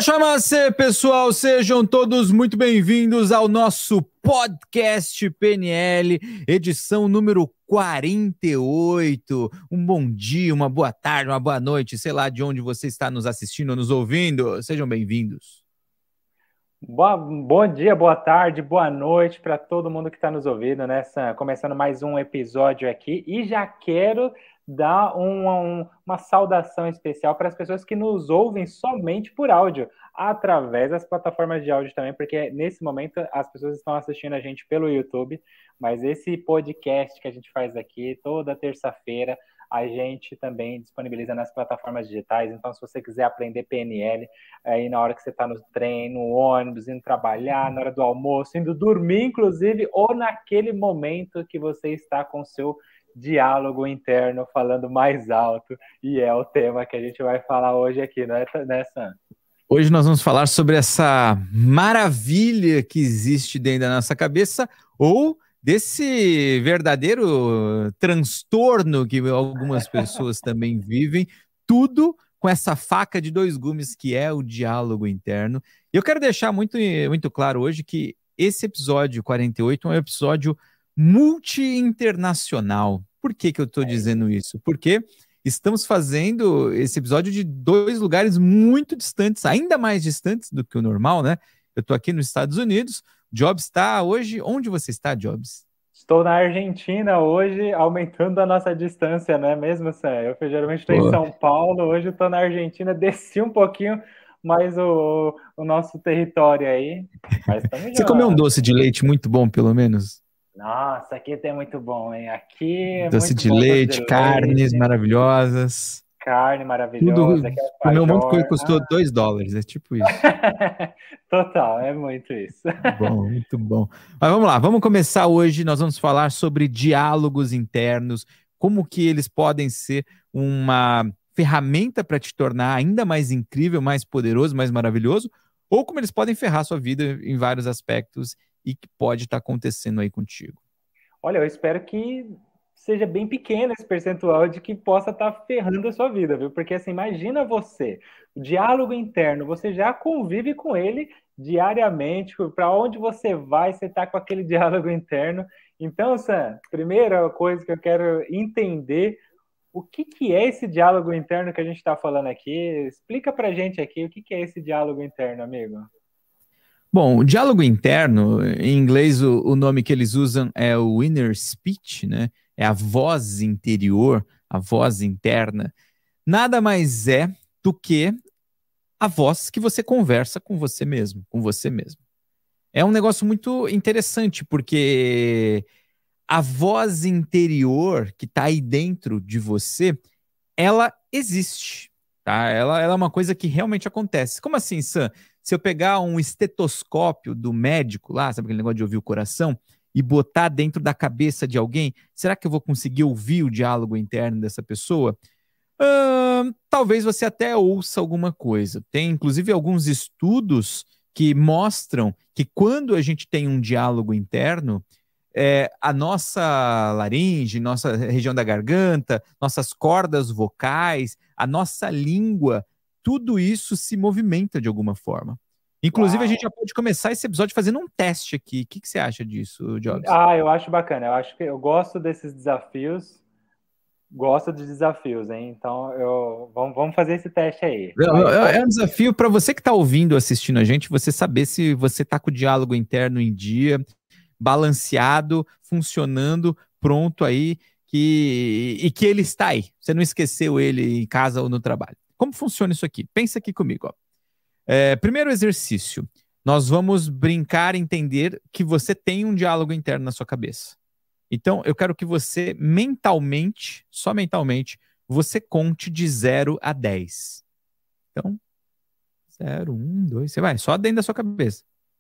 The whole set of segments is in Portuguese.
Chamar-se, pessoal, sejam todos muito bem-vindos ao nosso podcast PNL, edição número 48. Um bom dia, uma boa tarde, uma boa noite, sei lá de onde você está nos assistindo ou nos ouvindo. Sejam bem-vindos. Bom dia, boa tarde, boa noite para todo mundo que está nos ouvindo, começando mais um episódio aqui. E já quero dar uma saudação especial para as pessoas que nos ouvem somente por áudio, através das plataformas de áudio também, porque nesse momento as pessoas estão assistindo a gente pelo YouTube, mas esse podcast que a gente faz aqui toda terça-feira, a gente também disponibiliza nas plataformas digitais. Então, se você quiser aprender PNL, aí na hora que você está no trem, no ônibus, indo trabalhar, na hora do almoço, indo dormir, inclusive, ou naquele momento que você está com o seu diálogo interno falando mais alto, e é o tema que a gente vai falar hoje aqui, né, Sam? Hoje nós vamos falar sobre essa maravilha que existe dentro da nossa cabeça, ou desse verdadeiro transtorno que algumas pessoas também vivem, tudo com essa faca de dois gumes que é o diálogo interno. E eu quero deixar muito, muito claro hoje que esse episódio 48 é um episódio multi-internacional. Por que eu estou dizendo isso? Porque estamos fazendo esse episódio de dois lugares muito distantes, ainda mais distantes do que o normal, né? Eu estou aqui nos Estados Unidos. Jobs está hoje... Onde você está, Jobs? Estou na Argentina hoje, aumentando a nossa distância, não é mesmo, Sam? Eu geralmente estou em São Paulo, hoje estou na Argentina, desci um pouquinho mais o nosso território aí. Mas você comeu um doce de leite muito bom, pelo menos? Nossa, aqui tem muito bom, hein? Aqui doce de leite, carnes maravilhosas. Carne maravilhosa. Comeu um monte de coisa que custou $2, é tipo isso. Total, é muito isso. Bom, muito bom. Mas vamos lá, vamos começar hoje, nós vamos falar sobre diálogos internos, como que eles podem ser uma ferramenta para te tornar ainda mais incrível, mais poderoso, mais maravilhoso, ou como eles podem ferrar sua vida em vários aspectos e que pode estar acontecendo aí contigo. Olha, eu espero que seja bem pequeno esse percentual de que possa estar ferrando a sua vida, viu? Porque assim, imagina você, o diálogo interno, você já convive com ele diariamente, para onde você vai, você está com aquele diálogo interno. Então, Sam, primeira coisa que eu quero entender, o que é esse diálogo interno que a gente está falando aqui? Explica pra gente aqui o que é esse diálogo interno, amigo. Bom, o diálogo interno, em inglês o nome que eles usam é o inner speech, né? É a voz interior, a voz interna. Nada mais é do que a voz que você conversa com você mesmo, com você mesmo. É um negócio muito interessante, porque a voz interior que está aí dentro de você, ela existe, tá? Ela é uma coisa que realmente acontece. Como assim, Sam? Se eu pegar um estetoscópio do médico lá, sabe aquele negócio de ouvir o coração, e botar dentro da cabeça de alguém, será que eu vou conseguir ouvir o diálogo interno dessa pessoa? Talvez você até ouça alguma coisa. Tem, inclusive, alguns estudos que mostram que quando a gente tem um diálogo interno, a nossa laringe, nossa região da garganta, nossas cordas vocais, a nossa língua, tudo isso se movimenta de alguma forma. Inclusive, a gente já pode começar esse episódio fazendo um teste aqui. O que você acha disso, Jobs? Eu acho bacana. Eu acho que eu gosto desses desafios. Gosto de desafios, hein? Então, vamos fazer esse teste aí. É um desafio para você que está ouvindo, assistindo a gente, você saber se você está com o diálogo interno em dia, balanceado, funcionando, pronto aí, e que ele está aí. Você não esqueceu ele em casa ou no trabalho. Como funciona isso aqui? Pensa aqui comigo, ó. Primeiro exercício, nós vamos brincar, entender que você tem um diálogo interno na sua cabeça. Então, eu quero que você mentalmente, só mentalmente, você conte de 0 a 10. Então, 0, 1, 2, você vai, só dentro da sua cabeça.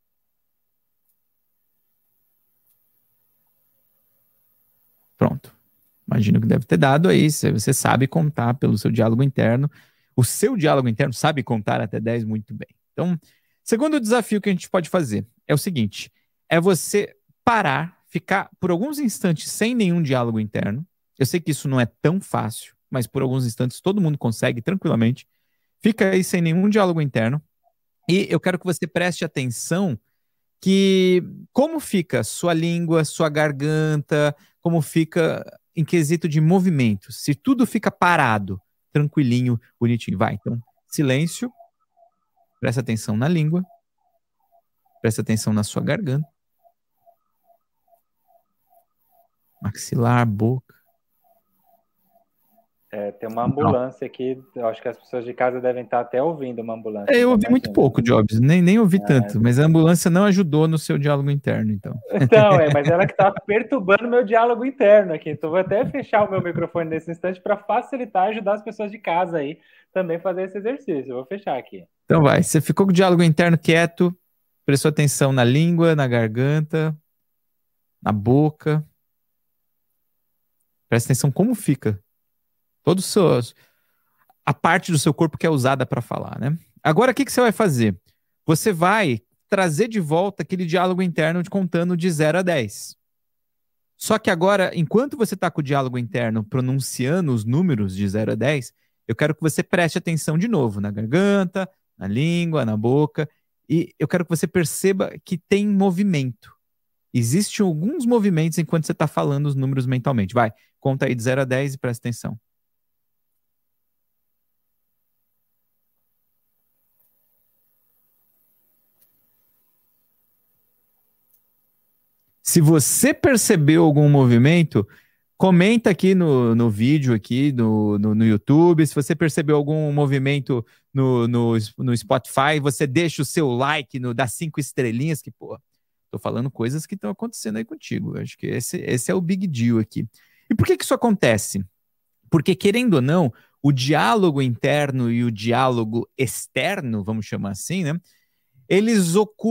Pronto. Imagino que deve ter dado aí, você sabe contar pelo seu diálogo interno. O seu diálogo interno sabe contar até 10 muito bem. Então, segundo desafio que a gente pode fazer é o seguinte, é você parar, ficar por alguns instantes sem nenhum diálogo interno. Eu sei que isso não é tão fácil, mas por alguns instantes todo mundo consegue tranquilamente. Fica aí sem nenhum diálogo interno. E eu quero que você preste atenção que como fica sua língua, sua garganta, como fica em quesito de movimento. Se tudo fica parado, tranquilinho, bonitinho. Vai, então, silêncio, presta atenção na língua, presta atenção na sua garganta, maxilar, boca. Tem uma ambulância aqui, eu acho que as pessoas de casa devem estar até ouvindo uma ambulância. Eu ouvi muito pouco, Jobs, nem ouvi tanto, mas a ambulância não ajudou no seu diálogo interno, então. Então, mas ela que está perturbando meu diálogo interno aqui, então vou até fechar o meu microfone nesse instante para facilitar, ajudar as pessoas de casa aí também fazer esse exercício. Eu vou fechar aqui. Então vai, você ficou com o diálogo interno quieto, prestou atenção na língua, na garganta, na boca. Presta atenção como fica. A parte do seu corpo que é usada para falar, né? Agora, o que você vai fazer? Você vai trazer de volta aquele diálogo interno contando de 0 a 10. Só que agora, enquanto você está com o diálogo interno pronunciando os números de 0 a 10, eu quero que você preste atenção de novo na garganta, na língua, na boca, e eu quero que você perceba que tem movimento. Existem alguns movimentos enquanto você está falando os números mentalmente. Vai, conta aí de 0 a 10 e presta atenção. Se você percebeu algum movimento, comenta aqui no vídeo aqui no YouTube. Se você percebeu algum movimento no Spotify, você deixa o seu like, dá 5 estrelinhas, que, pô, tô falando coisas que estão acontecendo aí contigo. Eu acho que esse é o big deal aqui. E por que isso acontece? Porque, querendo ou não, o diálogo interno e o diálogo externo, vamos chamar assim, né? Eles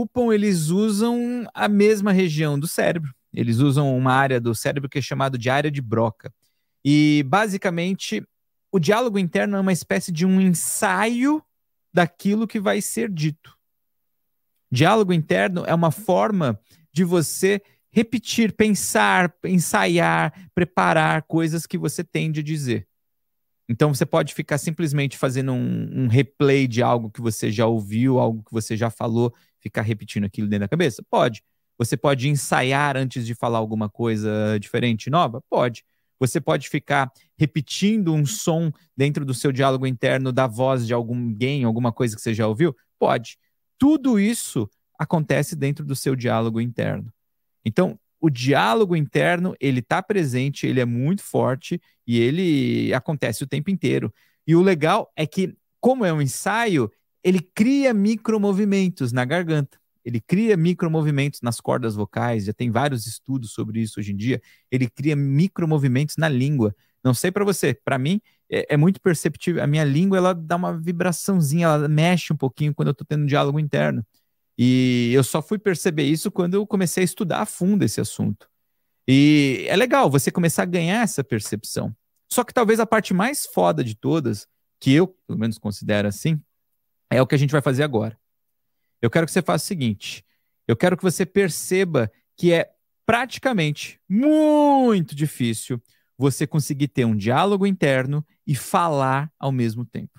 usam a mesma região do cérebro. Eles usam uma área do cérebro que é chamada de área de Broca. E, basicamente, o diálogo interno é uma espécie de um ensaio daquilo que vai ser dito. Diálogo interno é uma forma de você repetir, pensar, ensaiar, preparar coisas que você tende a dizer. Então, você pode ficar simplesmente fazendo um replay de algo que você já ouviu, algo que você já falou, ficar repetindo aquilo dentro da cabeça? Pode. Você pode ensaiar antes de falar alguma coisa diferente, nova? Pode. Você pode ficar repetindo um som dentro do seu diálogo interno da voz de alguém, alguma coisa que você já ouviu? Pode. Tudo isso acontece dentro do seu diálogo interno. Então, o diálogo interno, ele está presente, ele é muito forte e ele acontece o tempo inteiro. E o legal é que, como é um ensaio, ele cria micromovimentos na garganta. Ele cria micromovimentos nas cordas vocais, já tem vários estudos sobre isso hoje em dia. Ele cria micromovimentos na língua. Não sei para você, para mim é muito perceptível. A minha língua, ela dá uma vibraçãozinha, ela mexe um pouquinho quando eu estou tendo um diálogo interno. E eu só fui perceber isso quando eu comecei a estudar a fundo esse assunto. E é legal você começar a ganhar essa percepção. Só que talvez a parte mais foda de todas, que eu, pelo menos, considero assim, é o que a gente vai fazer agora. Eu quero que você faça o seguinte. Eu quero que você perceba que é praticamente muito difícil você conseguir ter um diálogo interno e falar ao mesmo tempo.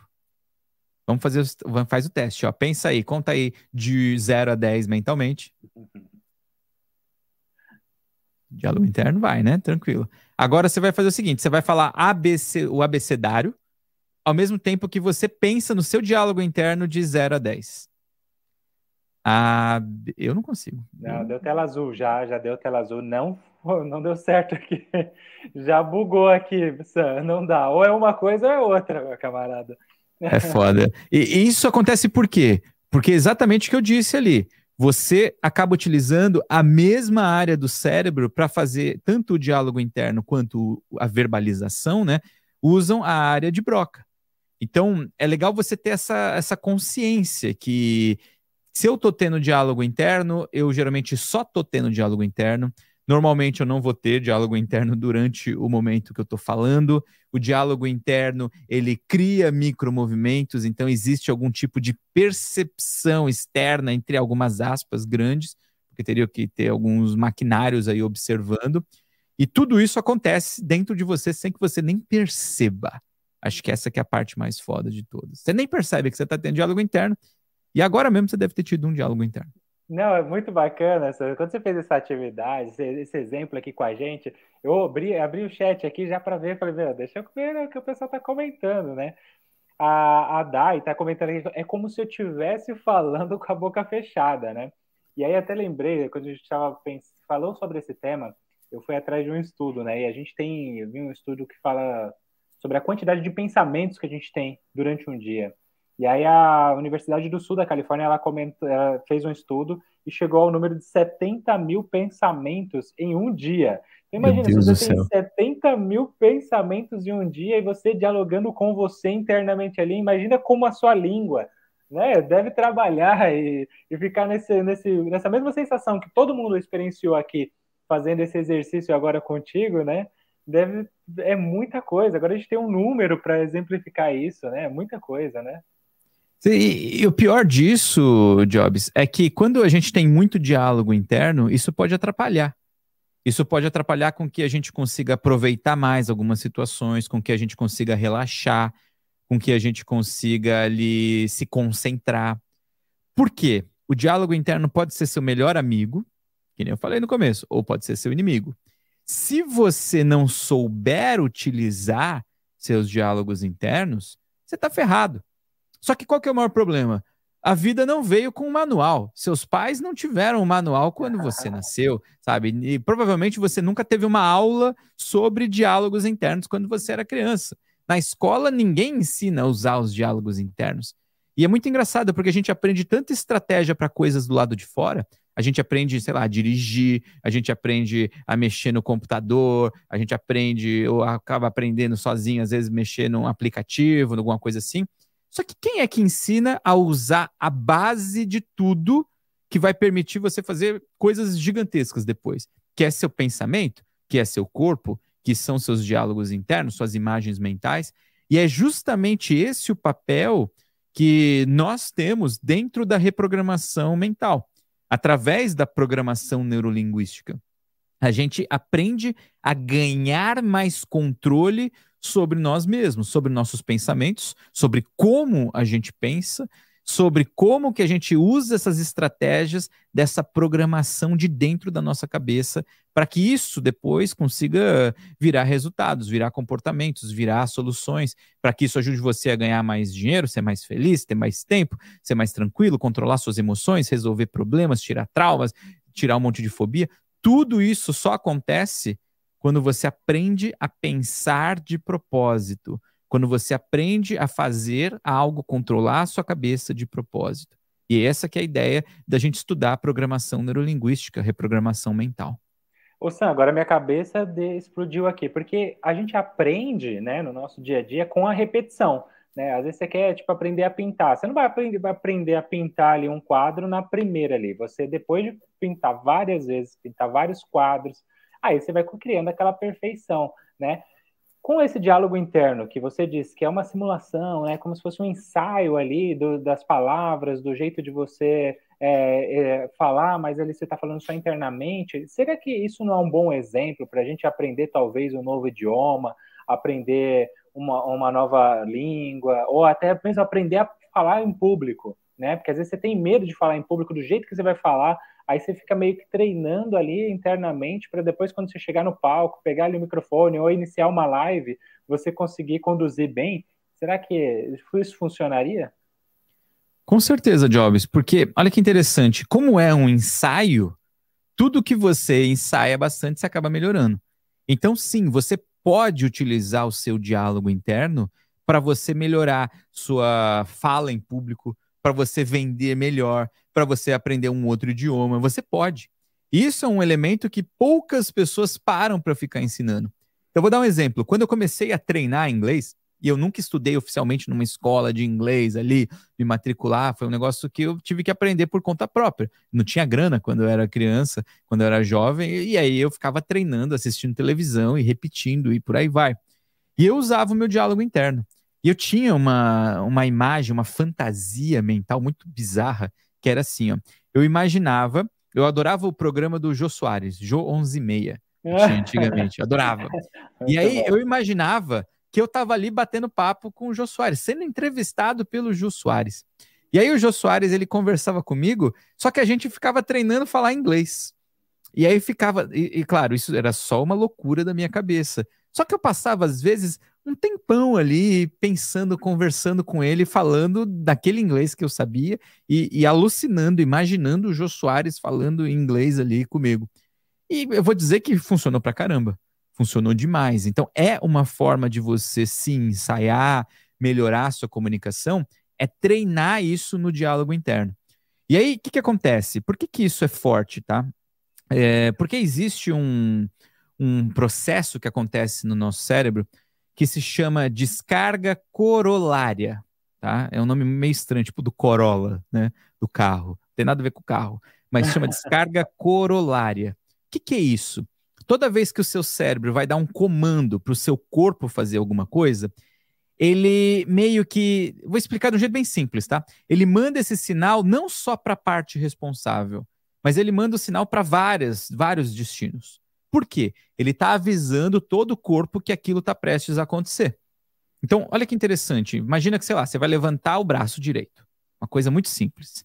Faz o teste, ó. Pensa aí, conta aí de 0 a 10 mentalmente. Diálogo interno vai, né? Tranquilo. Agora você vai fazer o seguinte, você vai falar o abecedário, ao mesmo tempo que você pensa no seu diálogo interno de 0 a 10. Eu não consigo. Não, deu tela azul, já deu tela azul. Não deu certo aqui. Já bugou aqui, Sam. Não dá. Ou é uma coisa ou é outra, meu camarada. É foda. E isso acontece por quê? Porque exatamente o que eu disse ali. Você acaba utilizando a mesma área do cérebro para fazer tanto o diálogo interno quanto a verbalização, né? Usam a área de Broca. Então, é legal você ter essa consciência que se eu estou tendo diálogo interno, eu geralmente só estou tendo diálogo interno. Normalmente eu não vou ter diálogo interno durante o momento que eu estou falando. O diálogo interno, ele cria micromovimentos, então existe algum tipo de percepção externa, entre algumas aspas grandes, porque teria que ter alguns maquinários aí observando. E tudo isso acontece dentro de você sem que você nem perceba. Acho que essa que é a parte mais foda de todas. Você nem percebe que você está tendo diálogo interno E agora mesmo você deve ter tido um diálogo interno. Não, é muito bacana. Quando você fez essa atividade, esse exemplo aqui com a gente, eu abri o chat aqui já para ver, falei, meu, deixa eu ver o que o pessoal está comentando, né? A Dai está comentando aqui, é como se eu estivesse falando com a boca fechada, né? E aí até lembrei, quando a gente falou sobre esse tema, eu fui atrás de um estudo, né? E a gente vi um estudo que fala sobre a quantidade de pensamentos que a gente tem durante um dia. E aí a Universidade do Sul da Califórnia, ela fez um estudo e chegou ao número de 70 mil pensamentos em um dia. Então, Meu imagina, se Deus do você tem céu. 70 mil pensamentos em um dia e você dialogando com você internamente ali, imagina como a sua língua, né, deve trabalhar e ficar nessa mesma sensação que todo mundo experienciou aqui, fazendo esse exercício agora contigo, né? É muita coisa. Agora a gente tem um número para exemplificar isso, né? É muita coisa, né? E o pior disso, Jobs, é que quando a gente tem muito diálogo interno, isso pode atrapalhar. Isso pode atrapalhar com que a gente consiga aproveitar mais algumas situações, com que a gente consiga relaxar, com que a gente consiga ali se concentrar. Por quê? O diálogo interno pode ser seu melhor amigo, que nem eu falei no começo, ou pode ser seu inimigo. Se você não souber utilizar seus diálogos internos, você está ferrado. Só que qual que é o maior problema? A vida não veio com um manual. Seus pais não tiveram um manual quando você nasceu, sabe? E provavelmente você nunca teve uma aula sobre diálogos internos quando você era criança. Na escola, ninguém ensina a usar os diálogos internos. E é muito engraçado, porque a gente aprende tanta estratégia para coisas do lado de fora. A gente aprende, sei lá, a dirigir, a gente aprende a mexer no computador, a gente aprende ou acaba aprendendo sozinho, às vezes, mexer num aplicativo, alguma coisa assim. Só que quem é que ensina a usar a base de tudo que vai permitir você fazer coisas gigantescas depois? Que é seu pensamento, que é seu corpo, que são seus diálogos internos, suas imagens mentais. E é justamente esse o papel que nós temos dentro da reprogramação mental, através da programação neurolinguística. A gente aprende a ganhar mais controle sobre nós mesmos, sobre nossos pensamentos, sobre como a gente pensa, sobre como que a gente usa essas estratégias dessa programação de dentro da nossa cabeça para que isso depois consiga virar resultados, virar comportamentos, virar soluções, para que isso ajude você a ganhar mais dinheiro, ser mais feliz, ter mais tempo, ser mais tranquilo, controlar suas emoções, resolver problemas, tirar traumas, tirar um monte de fobia. Tudo isso só acontece quando você aprende a pensar de propósito, quando você aprende a fazer algo, controlar a sua cabeça de propósito. E essa que é a ideia da gente estudar a programação neurolinguística, reprogramação mental. Ô Sam, agora minha cabeça explodiu aqui, porque a gente aprende, né, no nosso dia a dia com a repetição, né? Às vezes você quer, tipo, aprender a pintar. Você não vai aprender a pintar ali um quadro na primeira ali. Você, depois de pintar várias vezes, pintar vários quadros, aí você vai criando aquela perfeição, né? Com esse diálogo interno que você disse que é uma simulação, né, como se fosse um ensaio ali das palavras, do jeito de você falar, mas ali você está falando só internamente. Será que isso não é um bom exemplo para a gente aprender talvez um novo idioma, aprender uma nova língua, ou até mesmo aprender a falar em público, né? Porque às vezes você tem medo de falar em público do jeito que você vai falar. Aí você fica meio que treinando ali internamente para depois, quando você chegar no palco, pegar ali o microfone ou iniciar uma live, você conseguir conduzir bem. Será que isso funcionaria? Com certeza, Jobs, porque olha que interessante, como é um ensaio, tudo que você ensaia bastante, você acaba melhorando. Então, sim, você pode utilizar o seu diálogo interno para você melhorar sua fala em público, para você vender melhor, para você aprender um outro idioma. Você pode. Isso é um elemento que poucas pessoas param para ficar ensinando. Eu vou dar um exemplo. Quando eu comecei a treinar inglês, e eu nunca estudei oficialmente numa escola de inglês ali, me matricular, foi um negócio que eu tive que aprender por conta própria. Não tinha grana quando eu era criança, quando eu era jovem, e aí eu ficava treinando, assistindo televisão e repetindo e por aí vai. E eu usava o meu diálogo interno. E eu tinha uma imagem, uma fantasia mental muito bizarra, que era assim, ó. Eu imaginava, eu adorava o programa do Jô Soares, Jô 11:30, que tinha antigamente, eu adorava. E aí eu imaginava que eu estava ali batendo papo com o Jô Soares, sendo entrevistado pelo Jô Soares. E aí o Jô Soares, ele conversava comigo, só que a gente ficava treinando falar inglês. E aí ficava, claro, isso era só uma loucura da minha cabeça. Só que eu passava, às vezes, um tempão ali pensando, conversando com ele, falando daquele inglês que eu sabia e alucinando, imaginando o Jô Soares falando inglês ali comigo. E eu vou dizer que funcionou pra caramba. Funcionou demais. Então, é uma forma de você se ensaiar, melhorar a sua comunicação, é treinar isso no diálogo interno. E aí, o que acontece? Por que isso é forte, tá? Porque existe um processo que acontece no nosso cérebro que se chama descarga corolária, tá? É um nome meio estranho, tipo do Corolla, né? Do carro. Não tem nada a ver com o carro, mas chama descarga corolária. O que é isso? Toda vez que o seu cérebro vai dar um comando para o seu corpo fazer alguma coisa, ele meio que. Vou explicar de um jeito bem simples, tá? Ele manda esse sinal não só para a parte responsável, mas ele manda o sinal para vários destinos. Por quê? Ele está avisando todo o corpo que aquilo está prestes a acontecer. Então, olha que interessante. Imagina que, sei lá, você vai levantar o braço direito. Uma coisa muito simples.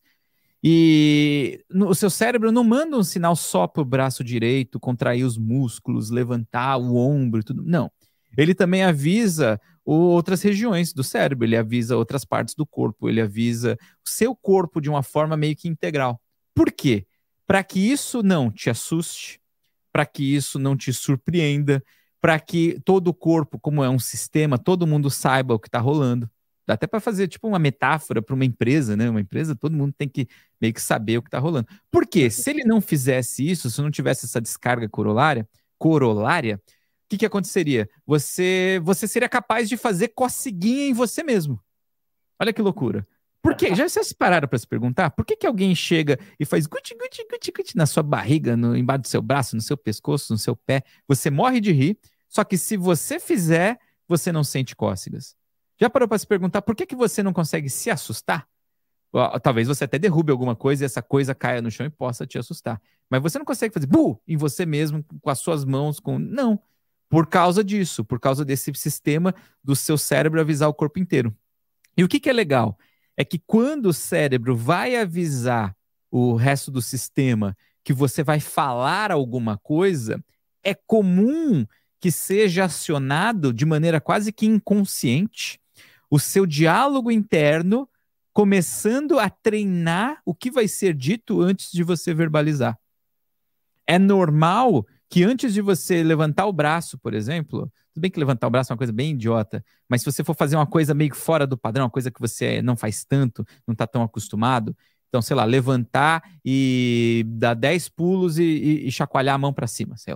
E o seu cérebro não manda um sinal só para o braço direito, contrair os músculos, levantar o ombro e tudo. Não. Ele também avisa outras regiões do cérebro, ele avisa outras partes do corpo, ele avisa o seu corpo de uma forma meio que integral. Por quê? Para que isso não te assuste, para que isso não te surpreenda, para que todo o corpo, como é um sistema, todo mundo saiba o que está rolando. Dá até para fazer tipo uma metáfora para uma empresa, né? Uma empresa, todo mundo tem que meio que saber o que está rolando. Por quê? Se ele não fizesse isso, se não tivesse essa descarga corolária, o que aconteceria? Você seria capaz de fazer coceguinha em você mesmo. Olha que loucura. Por quê? Já vocês pararam para se perguntar? Por que alguém chega e faz guti, guti, guti, guti na sua barriga, embaixo do seu braço, no seu pescoço, no seu pé? Você morre de rir, só que se você fizer, você não sente cócegas. Já parou para se perguntar por que você não consegue se assustar? Talvez você até derrube alguma coisa e essa coisa caia no chão e possa te assustar. Mas você não consegue fazer em você mesmo, com as suas mãos. Não. Por causa disso, por causa desse sistema do seu cérebro avisar o corpo inteiro. E o que é legal? É que quando o cérebro vai avisar o resto do sistema que você vai falar alguma coisa, é comum que seja acionado de maneira quase que inconsciente o seu diálogo interno, começando a treinar o que vai ser dito antes de você verbalizar. É normal que antes de você levantar o braço, por exemplo, tudo bem que levantar o braço é uma coisa bem idiota, mas se você for fazer uma coisa meio fora do padrão, uma coisa que você não faz tanto, não está tão acostumado, então, sei lá, levantar e dar 10 pulos e chacoalhar a mão para cima, sei lá.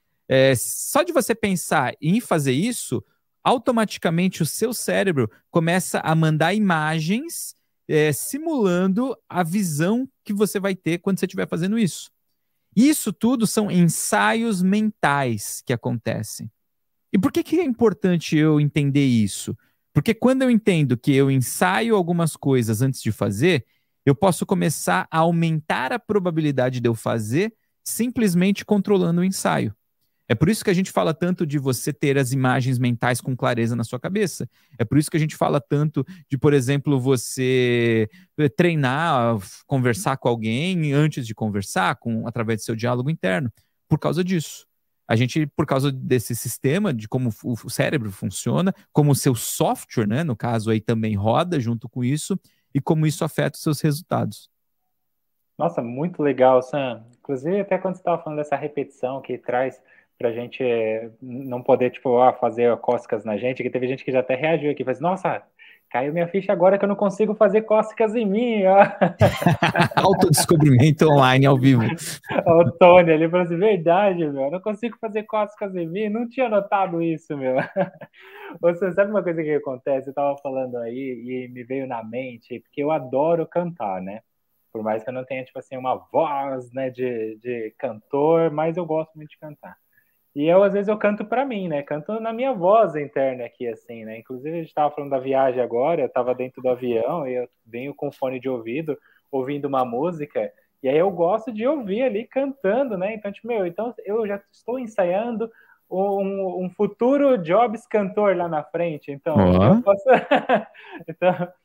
Só de você pensar em fazer isso, automaticamente o seu cérebro começa a mandar imagens simulando a visão que você vai ter quando você estiver fazendo isso. Isso tudo são ensaios mentais que acontecem. E por que é importante eu entender isso? Porque quando eu entendo que eu ensaio algumas coisas antes de fazer, eu posso começar a aumentar a probabilidade de eu fazer simplesmente controlando o ensaio. É por isso que a gente fala tanto de você ter as imagens mentais com clareza na sua cabeça. É por isso que a gente fala tanto de, por exemplo, você treinar, conversar com alguém antes de conversar, através do seu diálogo interno. Por causa disso. A gente, por causa desse sistema, de como o cérebro funciona, como o seu software, né, no caso aí também roda junto com isso, e como isso afeta os seus resultados. Nossa, muito legal, Sam. Inclusive, até quando você estava falando dessa repetição que traz pra gente não poder, tipo, fazer cócegas na gente, que teve gente que já até reagiu aqui, faz, nossa, caiu minha ficha agora que eu não consigo fazer cócegas em mim, ó. Autodescobrimento online ao vivo. O Tony ali falou assim, verdade, meu, eu não consigo fazer cócegas em mim, não tinha notado isso, meu. Você sabe uma coisa que acontece? Eu tava falando aí e me veio na mente, porque eu adoro cantar, né? Por mais que eu não tenha, tipo assim, uma voz, né, de cantor, mas eu gosto muito de cantar. E eu, às vezes, eu canto para mim, né? Canto na minha voz interna aqui, assim, né? Inclusive, a gente estava falando da viagem agora, eu estava dentro do avião e eu venho com fone de ouvido, ouvindo uma música, e aí eu gosto de ouvir ali cantando, né? Então, tipo, então eu já estou ensaiando um futuro Jobs cantor lá na frente, então eu posso... então,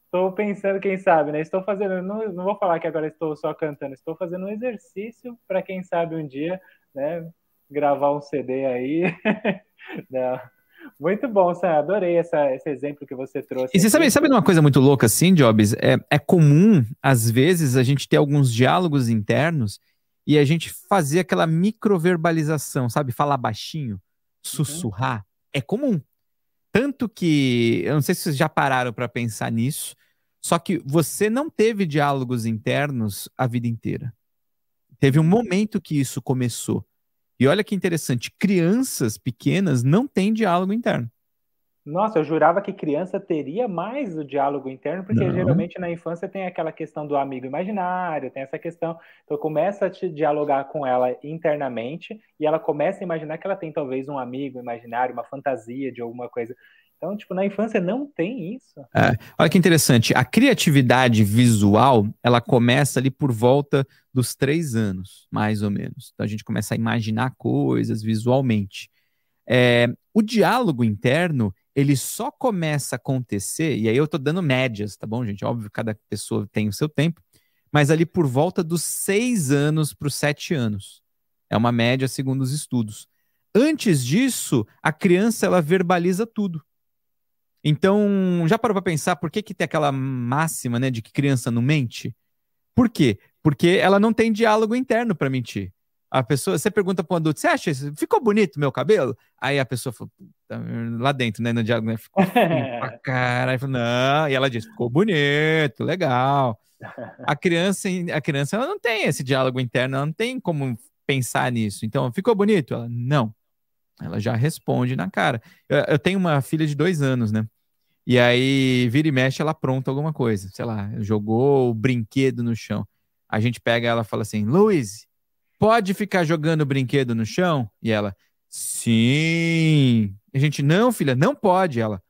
Estou pensando, quem sabe, né? Estou fazendo, não vou falar que agora estou só cantando, estou fazendo um exercício para quem sabe um dia, né, gravar um CD aí. Não. Muito bom, Sam. Adorei esse exemplo que você trouxe E você aqui. sabe de uma coisa muito louca assim, Jobs? É comum, às vezes, a gente ter alguns diálogos internos e a gente fazer aquela microverbalização, sabe? Falar baixinho, Uhum. sussurrar. É comum. Tanto que, eu não sei se vocês já pararam para pensar nisso, só que você não teve diálogos internos a vida inteira. Teve um momento que isso começou. E olha que interessante, crianças pequenas não têm diálogo interno. Nossa, eu jurava que criança teria mais o diálogo interno, porque Não. geralmente na infância tem aquela questão do amigo imaginário, tem essa questão. Então começa a te dialogar com ela internamente e ela começa a imaginar que ela tem talvez um amigo imaginário, uma fantasia de alguma coisa. Então, tipo, na infância não tem isso. Olha que interessante, a criatividade visual, ela começa ali por volta dos 3 anos, mais ou menos. Então a gente começa a imaginar coisas visualmente. O diálogo interno, ele só começa a acontecer, e aí eu tô dando médias, tá bom, gente? Óbvio, cada pessoa tem o seu tempo, mas ali por volta dos 6 anos para os 7 anos. É uma média segundo os estudos. Antes disso, a criança, ela verbaliza tudo. Então, já parou para pensar por que tem aquela máxima, né, de que criança não mente? Por quê? Porque ela não tem diálogo interno para mentir. A pessoa, você pergunta para um adulto, você acha isso? Ficou bonito meu cabelo? Aí a pessoa fala, lá dentro, né, no diálogo, né, ficou feio pra caralho. Não, e ela diz, ficou bonito, legal. A criança ela não tem esse diálogo interno, ela não tem como pensar nisso. Então, ficou bonito? Ela, não. Ela já responde na cara. Eu tenho uma filha de 2 anos, né? E aí, vira e mexe, ela apronta alguma coisa. Sei lá, jogou o brinquedo no chão. A gente pega ela e fala assim, Luiz, pode ficar jogando o brinquedo no chão? E ela, sim. A gente, não, filha, não pode. Ela,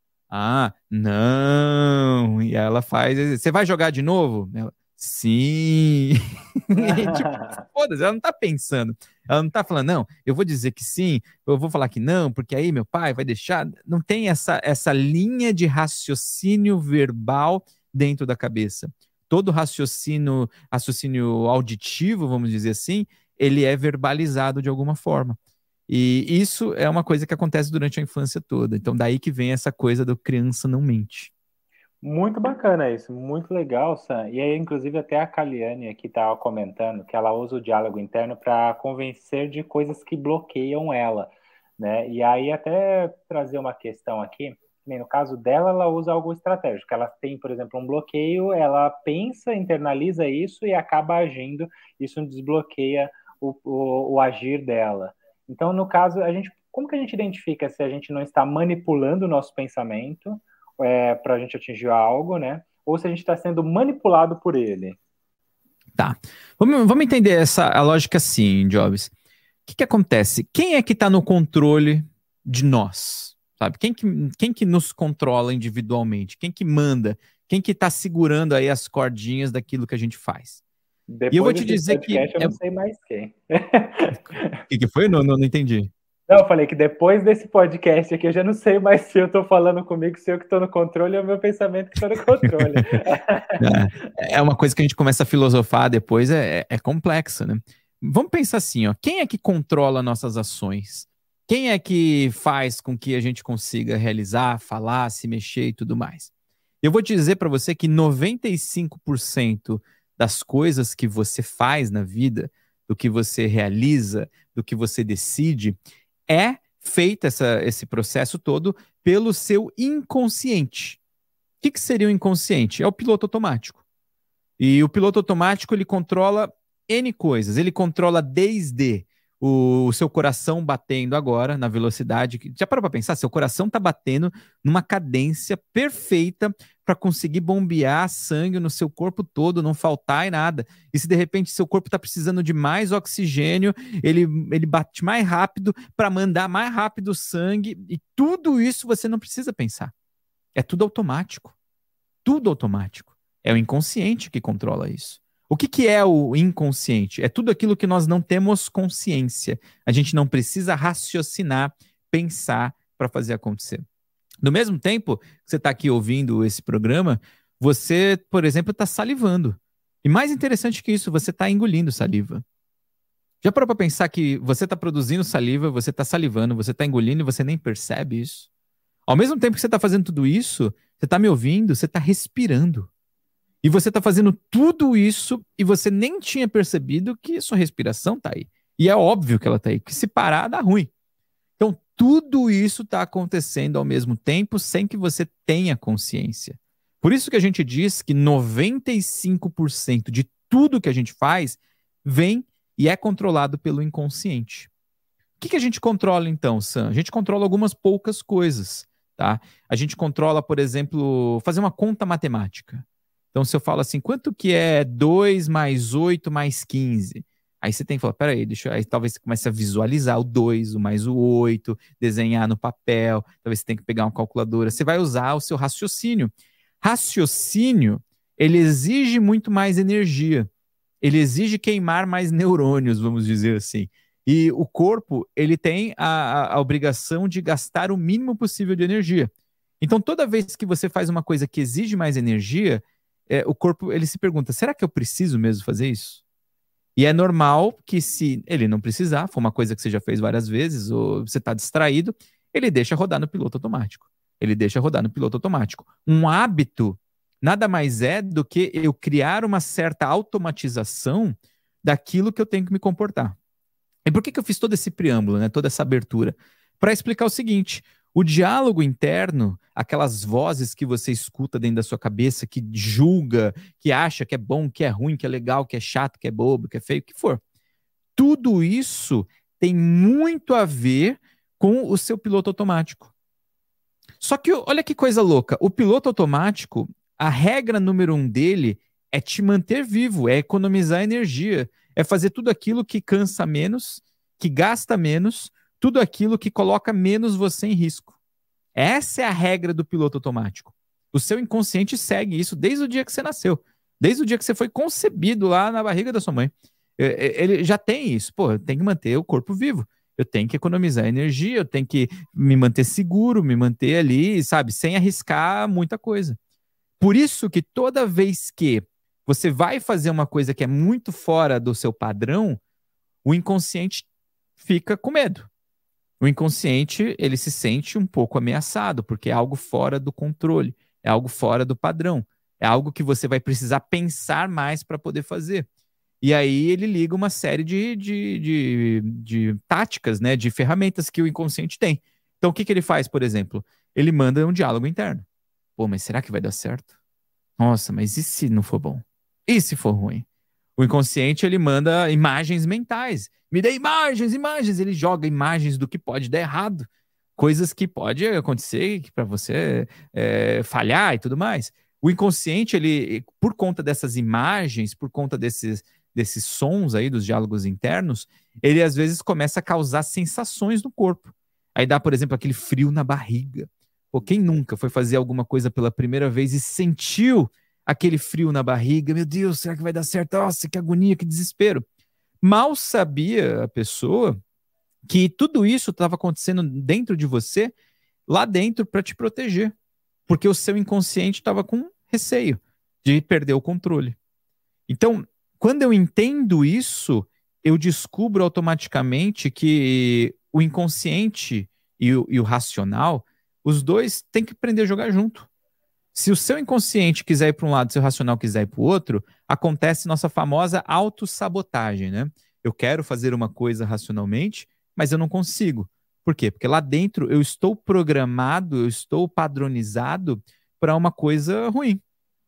não. E ela faz, você vai jogar de novo? Ela, sim. E, tipo, foda-se, ela não tá pensando. Ela não tá falando, não, eu vou dizer que sim, eu vou falar que não, porque aí meu pai vai deixar. Não tem essa linha de raciocínio verbal dentro da cabeça. Todo raciocínio auditivo, vamos dizer assim, ele é verbalizado de alguma forma. E isso é uma coisa que acontece durante a infância toda. Então, daí que vem essa coisa do criança não mente. Muito bacana isso, muito legal, Sam. E aí, inclusive, até a Kaliane aqui estava comentando que ela usa o diálogo interno para convencer de coisas que bloqueiam ela, né? E aí, até trazer uma questão aqui, nem no caso dela, ela usa algo estratégico. Ela tem, por exemplo, um bloqueio, ela pensa, internaliza isso e acaba agindo, isso desbloqueia o agir dela. Então, no caso, como que a gente identifica se a gente não está manipulando o nosso pensamento? Para a gente atingir algo, né? Ou se a gente está sendo manipulado por ele. Tá. Vamos entender a lógica assim, Jobs. O que acontece? Quem é que está no controle de nós? Sabe? Quem que nos controla individualmente? Quem que manda? Quem que está segurando aí as cordinhas daquilo que a gente faz? E eu vou Depois te desse dizer que... podcast, eu não sei mais quem. O que foi? Não entendi. Não, eu falei que depois desse podcast aqui, eu já não sei mais se eu estou falando comigo, se eu que estou no controle ou o meu pensamento que está no controle. É uma coisa que a gente começa a filosofar depois, é complexa, né? Vamos pensar assim, ó, quem é que controla nossas ações? Quem é que faz com que a gente consiga realizar, falar, se mexer e tudo mais? Eu vou dizer para você que 95% das coisas que você faz na vida, do que você realiza, do que você decide, é feito esse processo todo pelo seu inconsciente. O que seria o inconsciente? É o piloto automático. E o piloto automático, ele controla N coisas. Ele controla desde o seu coração batendo agora, na velocidade. Já parou para pensar? Seu coração está batendo numa cadência perfeita para conseguir bombear sangue no seu corpo todo, não faltar e nada. E se de repente seu corpo está precisando de mais oxigênio, ele bate mais rápido para mandar mais rápido o sangue. E tudo isso você não precisa pensar. É tudo automático. Tudo automático. É o inconsciente que controla isso. O que é o inconsciente? É tudo aquilo que nós não temos consciência. A gente não precisa raciocinar, pensar para fazer acontecer. Do mesmo tempo que você está aqui ouvindo esse programa, você, por exemplo, está salivando. E mais interessante que isso, você está engolindo saliva. Já parou para pensar que você está produzindo saliva, você está salivando, você está engolindo e você nem percebe isso? Ao mesmo tempo que você está fazendo tudo isso, você está me ouvindo, você está respirando. E você está fazendo tudo isso e você nem tinha percebido que sua respiração está aí. E é óbvio que ela está aí, porque se parar dá ruim. Então, tudo isso está acontecendo ao mesmo tempo sem que você tenha consciência. Por isso que a gente diz que 95% de tudo que a gente faz vem e é controlado pelo inconsciente. O que a gente controla então, Sam? A gente controla algumas poucas coisas, tá? A gente controla, por exemplo, fazer uma conta matemática. Então, se eu falo assim, quanto que é 2 mais 8 mais 15? Aí você tem que falar, peraí, aí talvez você comece a visualizar o 2, o mais o 8, desenhar no papel, talvez você tenha que pegar uma calculadora. Você vai usar o seu raciocínio. Raciocínio, ele exige muito mais energia. Ele exige queimar mais neurônios, vamos dizer assim. E o corpo, ele tem a obrigação de gastar o mínimo possível de energia. Então, toda vez que você faz uma coisa que exige mais energia, o corpo, ele se pergunta, será que eu preciso mesmo fazer isso? E é normal que se ele não precisar, for uma coisa que você já fez várias vezes, ou você está distraído, ele deixa rodar no piloto automático. Ele deixa rodar no piloto automático. Um hábito nada mais é do que eu criar uma certa automatização daquilo que eu tenho que me comportar. E por que eu fiz todo esse preâmbulo, né? Toda essa abertura? Para explicar o seguinte: o diálogo interno, aquelas vozes que você escuta dentro da sua cabeça, que julga, que acha que é bom, que é ruim, que é legal, que é chato, que é bobo, que é feio, o que for. Tudo isso tem muito a ver com o seu piloto automático. Só que olha que coisa louca: o piloto automático, a regra número 1 dele é te manter vivo, é economizar energia, é fazer tudo aquilo que cansa menos, que gasta menos, tudo aquilo que coloca menos você em risco. Essa é a regra do piloto automático. O seu inconsciente segue isso desde o dia que você nasceu, desde o dia que você foi concebido lá na barriga da sua mãe. Ele já tem isso. Pô, tem que manter o corpo vivo. Eu tenho que economizar energia, eu tenho que me manter seguro, me manter ali, sabe, sem arriscar muita coisa. Por isso que toda vez que você vai fazer uma coisa que é muito fora do seu padrão, o inconsciente fica com medo. O inconsciente, ele se sente um pouco ameaçado, porque é algo fora do controle, é algo fora do padrão, é algo que você vai precisar pensar mais para poder fazer. E aí ele liga uma série de táticas, né, de ferramentas que o inconsciente tem. Então o que ele faz, por exemplo? Ele manda um diálogo interno. Pô, mas será que vai dar certo? Nossa, mas e se não for bom? E se for ruim? O inconsciente, ele manda imagens mentais. Me dê imagens, imagens. Ele joga imagens do que pode dar errado. Coisas que pode acontecer para você falhar e tudo mais. O inconsciente, ele, por conta dessas imagens, por conta desses sons aí, dos diálogos internos, ele às vezes começa a causar sensações no corpo. Aí dá, por exemplo, aquele frio na barriga. Pô, quem nunca foi fazer alguma coisa pela primeira vez e sentiu aquele frio na barriga? Meu Deus, será que vai dar certo? Nossa, que agonia, que desespero. Mal sabia a pessoa que tudo isso estava acontecendo dentro de você, lá dentro, para te proteger. Porque o seu inconsciente estava com receio de perder o controle. Então, quando eu entendo isso, eu descubro automaticamente que o inconsciente e o racional, os dois têm que aprender a jogar junto. Se o seu inconsciente quiser ir para um lado, seu racional quiser ir para o outro, acontece nossa famosa autossabotagem, né? Eu quero fazer uma coisa racionalmente, mas eu não consigo. Por quê? Porque lá dentro eu estou programado, eu estou padronizado para uma coisa ruim.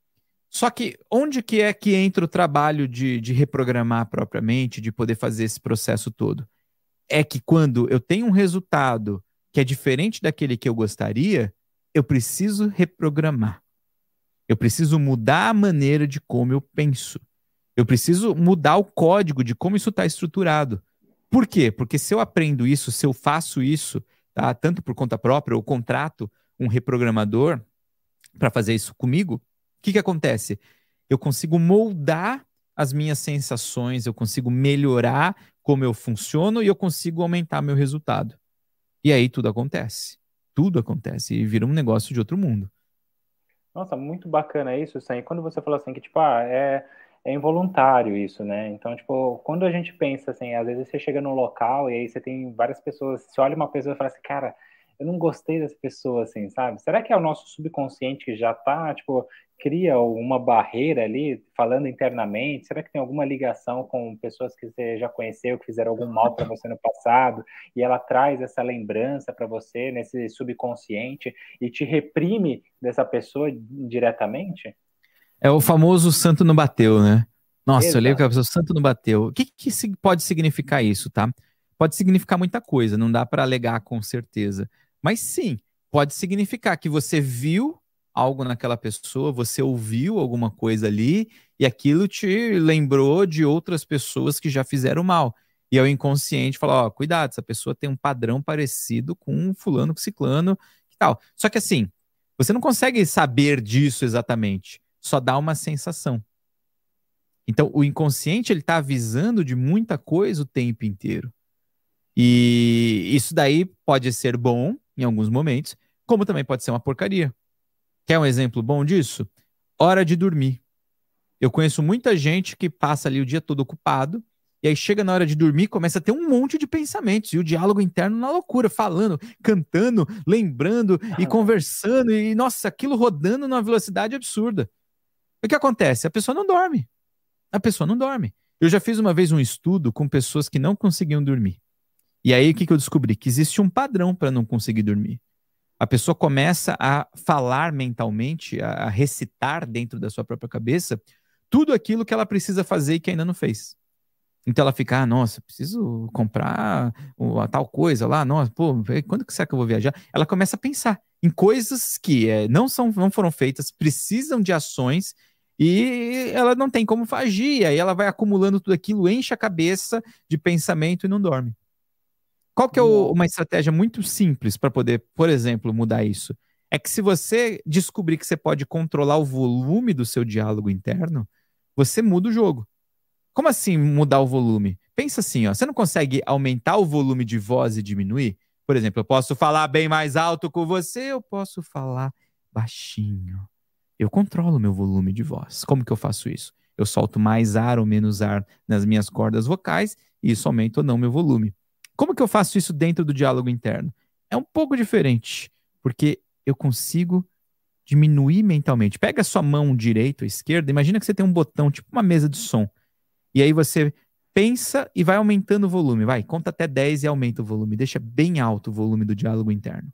Só que onde que é que entra o trabalho de reprogramar propriamente, de poder fazer esse processo todo? É que quando eu tenho um resultado que é diferente daquele que eu gostaria, eu preciso reprogramar. Eu preciso mudar a maneira de como eu penso. Eu preciso mudar o código de como isso está estruturado. Por quê? Porque se eu aprendo isso, se eu faço isso, tá, tanto por conta própria, eu contrato um reprogramador para fazer isso comigo, o que acontece? Eu consigo moldar as minhas sensações, eu consigo melhorar como eu funciono e eu consigo aumentar meu resultado. E aí tudo acontece. Tudo acontece e vira um negócio de outro mundo. Nossa, muito bacana isso, Sam. E quando você falou assim que, tipo, é involuntário isso, né? Então, tipo, quando a gente pensa assim, às vezes você chega num local e aí você tem várias pessoas, você olha uma pessoa e fala assim, cara, eu não gostei dessa pessoa, assim, sabe? Será que é o nosso subconsciente que já tá, tipo, cria uma barreira ali, falando internamente? Será que tem alguma ligação com pessoas que você já conheceu, que fizeram algum mal para você no passado, e ela traz essa lembrança para você nesse subconsciente e te reprime dessa pessoa diretamente? É o famoso santo não bateu, né? Nossa, eu leio Exato. aquela pessoa, santo não bateu. O que pode significar isso, tá? Pode significar muita coisa, não dá para alegar com certeza. Mas sim, pode significar que você viu algo naquela pessoa, você ouviu alguma coisa ali e aquilo te lembrou de outras pessoas que já fizeram mal. E é o inconsciente fala, ó, cuidado, essa pessoa tem um padrão parecido com um fulano, com ciclano e tal. Só que assim, você não consegue saber disso exatamente, só dá uma sensação. Então, o inconsciente ele está avisando de muita coisa o tempo inteiro. E isso daí pode ser bom em alguns momentos, como também pode ser uma porcaria. Quer um exemplo bom disso? Hora de dormir. Eu conheço muita gente que passa ali o dia todo ocupado, e aí chega na hora de dormir, começa a ter um monte de pensamentos, e o diálogo interno na loucura, falando, cantando, lembrando e conversando, e nossa, aquilo rodando numa velocidade absurda. O que acontece? A pessoa não dorme. A pessoa não dorme. Eu já fiz uma vez um estudo com pessoas que não conseguiam dormir. E aí o que eu descobri? Que existe um padrão para não conseguir dormir. A pessoa começa a falar mentalmente, a recitar dentro da sua própria cabeça tudo aquilo que ela precisa fazer e que ainda não fez. Então ela fica, nossa, preciso comprar a tal coisa lá, nossa, pô, quando que será que eu vou viajar? Ela começa a pensar em coisas que não foram feitas, precisam de ações e ela não tem como agir. Aí ela vai acumulando tudo aquilo, enche a cabeça de pensamento e não dorme. Qual que é uma estratégia muito simples para poder, por exemplo, mudar isso? É que se você descobrir que você pode controlar o volume do seu diálogo interno, você muda o jogo. Como assim mudar o volume? Pensa assim, ó, você não consegue aumentar o volume de voz e diminuir? Por exemplo, eu posso falar bem mais alto com você, eu posso falar baixinho. Eu controlo meu volume de voz. Como que eu faço isso? Eu solto mais ar ou menos ar nas minhas cordas vocais e isso aumenta ou não meu volume. Como que eu faço isso dentro do diálogo interno? É um pouco diferente, porque eu consigo diminuir mentalmente. Pega a sua mão direita ou esquerda, imagina que você tem um botão, tipo uma mesa de som. E aí você pensa e vai aumentando o volume. Vai, conta até 10 e aumenta o volume. Deixa bem alto o volume do diálogo interno.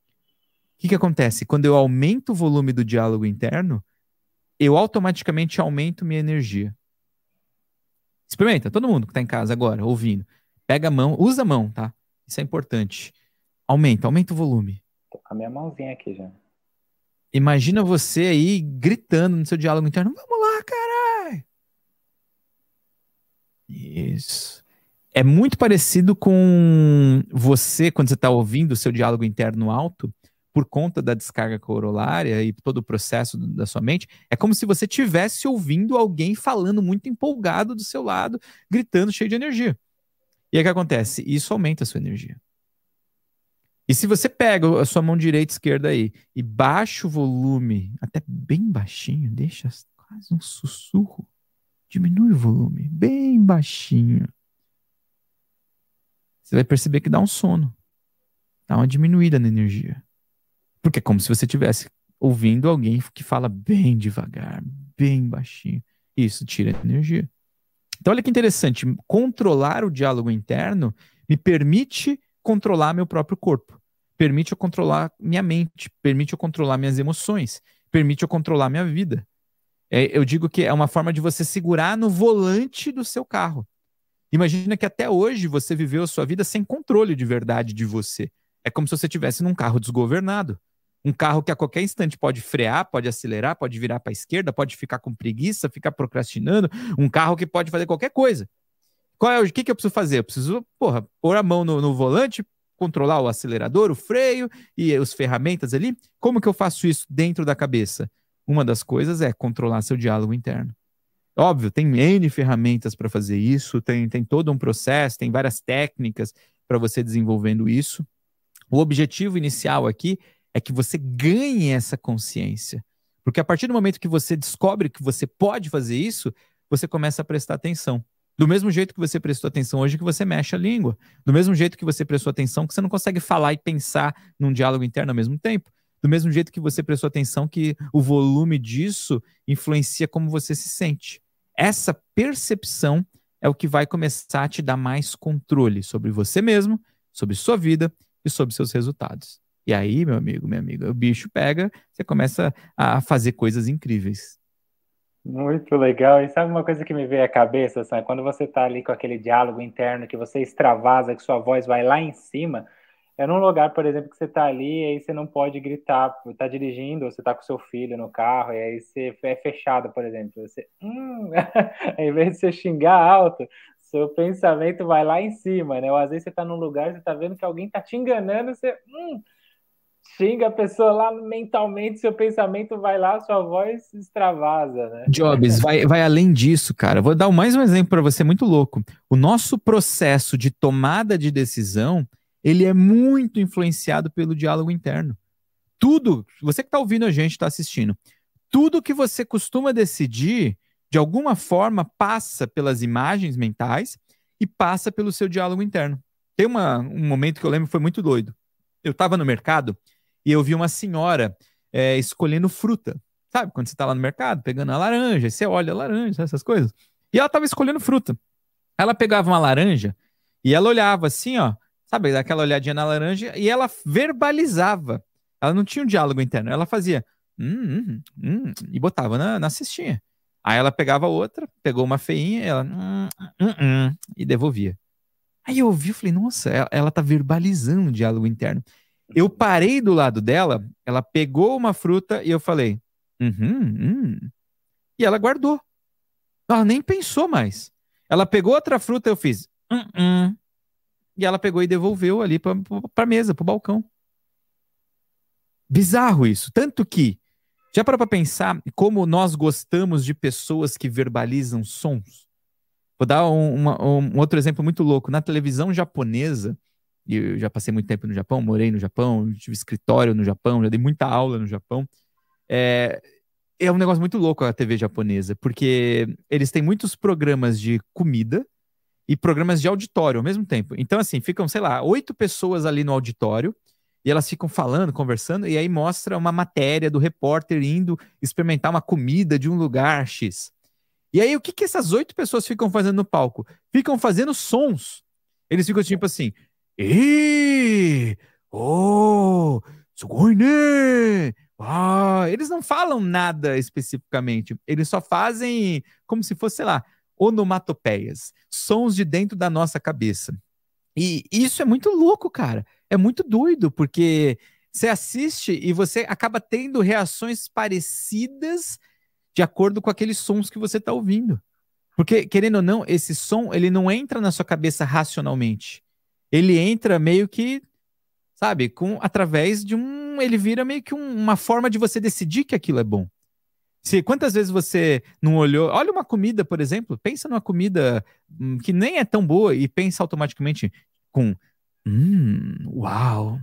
O que acontece? Quando eu aumento o volume do diálogo interno, eu automaticamente aumento minha energia. Experimenta, todo mundo que está em casa agora, ouvindo. Pega a mão, usa a mão, tá? Isso é importante. Aumenta o volume. Tô com a minha mãozinha aqui já. Imagina você aí gritando no seu diálogo interno. Vamos lá, caralho! Isso. É muito parecido com você, quando você está ouvindo o seu diálogo interno alto, por conta da descarga corolária e todo o processo da sua mente, é como se você estivesse ouvindo alguém falando muito empolgado do seu lado, gritando, cheio de energia. E aí o que acontece? Isso aumenta a sua energia. E se você pega a sua mão direita e esquerda aí e baixa o volume até bem baixinho, deixa quase um sussurro, diminui o volume bem baixinho, você vai perceber que dá um sono, dá uma diminuída na energia. Porque é como se você estivesse ouvindo alguém que fala bem devagar, bem baixinho. Isso tira energia. Então, olha que interessante. Controlar o diálogo interno me permite controlar meu próprio corpo. Permite eu controlar minha mente. Permite eu controlar minhas emoções. Permite eu controlar minha vida. Eu digo que é uma forma de você segurar no volante do seu carro. Imagina que até hoje você viveu a sua vida sem controle de verdade de você. É como se você estivesse num carro desgovernado. Um carro que a qualquer instante pode frear, pode acelerar, pode virar para a esquerda, pode ficar com preguiça, ficar procrastinando. Um carro que pode fazer qualquer coisa. O que eu preciso fazer? Eu preciso, pôr a mão no volante, controlar o acelerador, o freio e as ferramentas ali. Como que eu faço isso dentro da cabeça? Uma das coisas é controlar seu diálogo interno. Óbvio, tem N ferramentas para fazer isso, tem todo um processo, tem várias técnicas para você desenvolvendo isso. O objetivo inicial aqui é que você ganhe essa consciência. Porque a partir do momento que você descobre que você pode fazer isso, você começa a prestar atenção. Do mesmo jeito que você prestou atenção hoje que você mexe a língua. Do mesmo jeito que você prestou atenção que você não consegue falar e pensar num diálogo interno ao mesmo tempo. Do mesmo jeito que você prestou atenção que o volume disso influencia como você se sente. Essa percepção é o que vai começar a te dar mais controle sobre você mesmo, sobre sua vida e sobre seus resultados. E aí, meu amigo, minha amiga, o bicho pega, você começa a fazer coisas incríveis. Muito legal. E sabe uma coisa que me veio à cabeça, Sam? Quando você está ali com aquele diálogo interno que você extravasa, que sua voz vai lá em cima, é num lugar, por exemplo, que você está ali e aí você não pode gritar, está dirigindo, ou você está com seu filho no carro, e aí você é fechado, por exemplo. Você, ao invés de você xingar alto, seu pensamento vai lá em cima, né? Ou às vezes você está num lugar, você está vendo que alguém está te enganando, você xinga a pessoa lá mentalmente, seu pensamento vai lá, sua voz extravasa, né? Jobs, vai além disso, cara. Vou dar mais um exemplo para você muito louco. O nosso processo de tomada de decisão, ele é muito influenciado pelo diálogo interno. Tudo, você que está ouvindo a gente, está assistindo, tudo que você costuma decidir, de alguma forma, passa pelas imagens mentais e passa pelo seu diálogo interno. Tem um momento que eu lembro que foi muito doido. Eu estava no mercado e eu vi uma senhora escolhendo fruta. Sabe, quando você tá lá no mercado, pegando a laranja, você olha a laranja, essas coisas. E ela tava escolhendo fruta. Ela pegava uma laranja e ela olhava assim, ó, sabe, daquela olhadinha na laranja, e ela verbalizava. Ela não tinha um diálogo interno, ela fazia e botava na cestinha. Aí ela pegava outra, pegou uma feinha, ela e devolvia. Aí eu ouvi e falei, nossa, ela tá verbalizando o diálogo interno. Eu parei do lado dela, ela pegou uma fruta e eu falei, e ela guardou. Ela nem pensou mais. Ela pegou outra fruta, eu fiz, e ela pegou e devolveu ali pra mesa, pro balcão. Bizarro isso. Tanto que, já parou pra pensar como nós gostamos de pessoas que verbalizam sons? Vou dar um outro exemplo muito louco. Na televisão japonesa, e eu já passei muito tempo no Japão, morei no Japão, tive escritório no Japão, já dei muita aula no Japão. É um negócio muito louco a TV japonesa, porque eles têm muitos programas de comida e programas de auditório ao mesmo tempo. Então, assim, ficam, sei lá, 8 pessoas ali no auditório e elas ficam falando, conversando, e aí mostra uma matéria do repórter indo experimentar uma comida de um lugar X. E aí, o que essas 8 pessoas ficam fazendo no palco? Ficam fazendo sons. Eles ficam tipo assim, oh, sugoi ne! Eles não falam nada especificamente. Eles só fazem como se fosse, sei lá, onomatopeias, sons de dentro da nossa cabeça. E isso é muito louco, cara. É muito doido, porque você assiste e você acaba tendo reações parecidas de acordo com aqueles sons que você está ouvindo. Porque, querendo ou não, esse som, ele não entra na sua cabeça racionalmente. Ele entra meio que, sabe, através de ele vira meio que uma forma de você decidir que aquilo é bom. Quantas vezes você não olhou, olha uma comida, por exemplo, pensa numa comida que nem é tão boa e pensa automaticamente com, uau,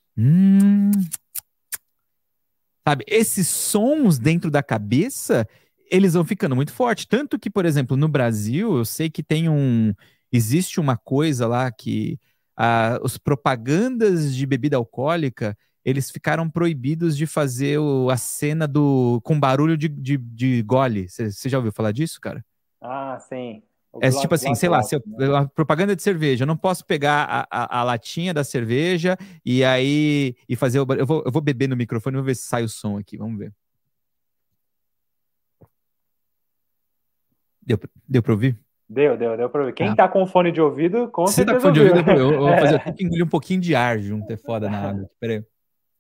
sabe, esses sons dentro da cabeça, eles vão ficando muito fortes. Tanto que, por exemplo, no Brasil, eu sei que existe uma coisa lá que os propagandas de bebida alcoólica, eles ficaram proibidos de fazer a cena com barulho de gole. Você já ouviu falar disso, cara? Ah, sim. É tipo assim, sei lá, a propaganda de cerveja, eu não posso pegar a latinha da cerveja e fazer eu vou beber no microfone, vou ver se sai o som aqui, vamos ver. Deu pra ouvir? Deu pra ouvir. Quem tá com fone de ouvido, com Você certeza tá com fone de ouvido, ouviu. eu vou fazer, eu tenho que engolir um pouquinho de ar junto, é foda na água. Pera aí.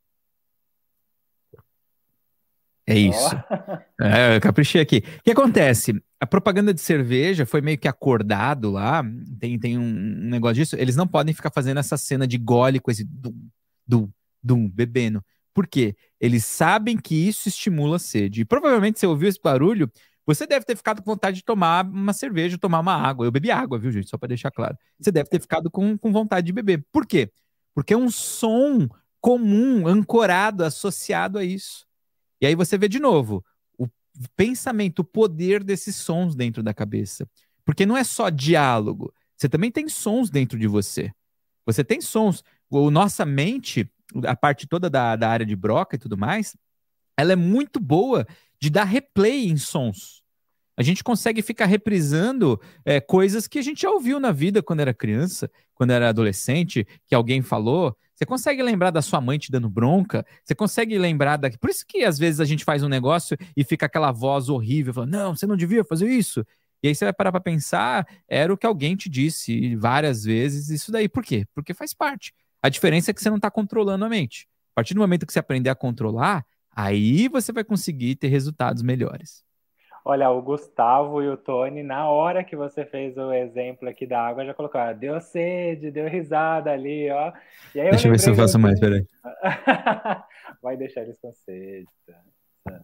É isso. Eu caprichei aqui. O que acontece? A propaganda de cerveja foi meio que acordado lá. Tem um negócio disso. Eles não podem ficar fazendo essa cena de gole com esse dum, bebendo. Por quê? Eles sabem que isso estimula a sede. E provavelmente você ouviu esse barulho, você deve ter ficado com vontade de tomar uma cerveja, tomar uma água. Eu bebi água, viu, gente? Só para deixar claro. Você deve ter ficado com vontade de beber. Por quê? Porque é um som comum, ancorado, associado a isso. E aí você vê de novo o pensamento, o poder desses sons dentro da cabeça. Porque não é só diálogo, você também tem sons dentro de você. Você tem sons. Nossa mente, a parte toda da área de Broca e tudo mais, ela é muito boa de dar replay em sons. A gente consegue ficar reprisando coisas que a gente já ouviu na vida quando era criança, quando era adolescente, que alguém falou. Você consegue lembrar da sua mãe te dando bronca? Você consegue lembrar da... Por isso que às vezes a gente faz um negócio e fica aquela voz horrível, falando, não, você não devia fazer isso. E aí você vai parar para pensar, era o que alguém te disse várias vezes, isso daí. Por quê? Porque faz parte. A diferença é que você não está controlando a mente. A partir do momento que você aprender a controlar, aí você vai conseguir ter resultados melhores. Olha, o Gustavo e o Tony, na hora que você fez o exemplo aqui da água, já colocaram, deu sede, deu risada ali, ó. E aí eu Deixa eu ver se eu lembrei faço mais, peraí. Vai deixar eles com sede. Tá?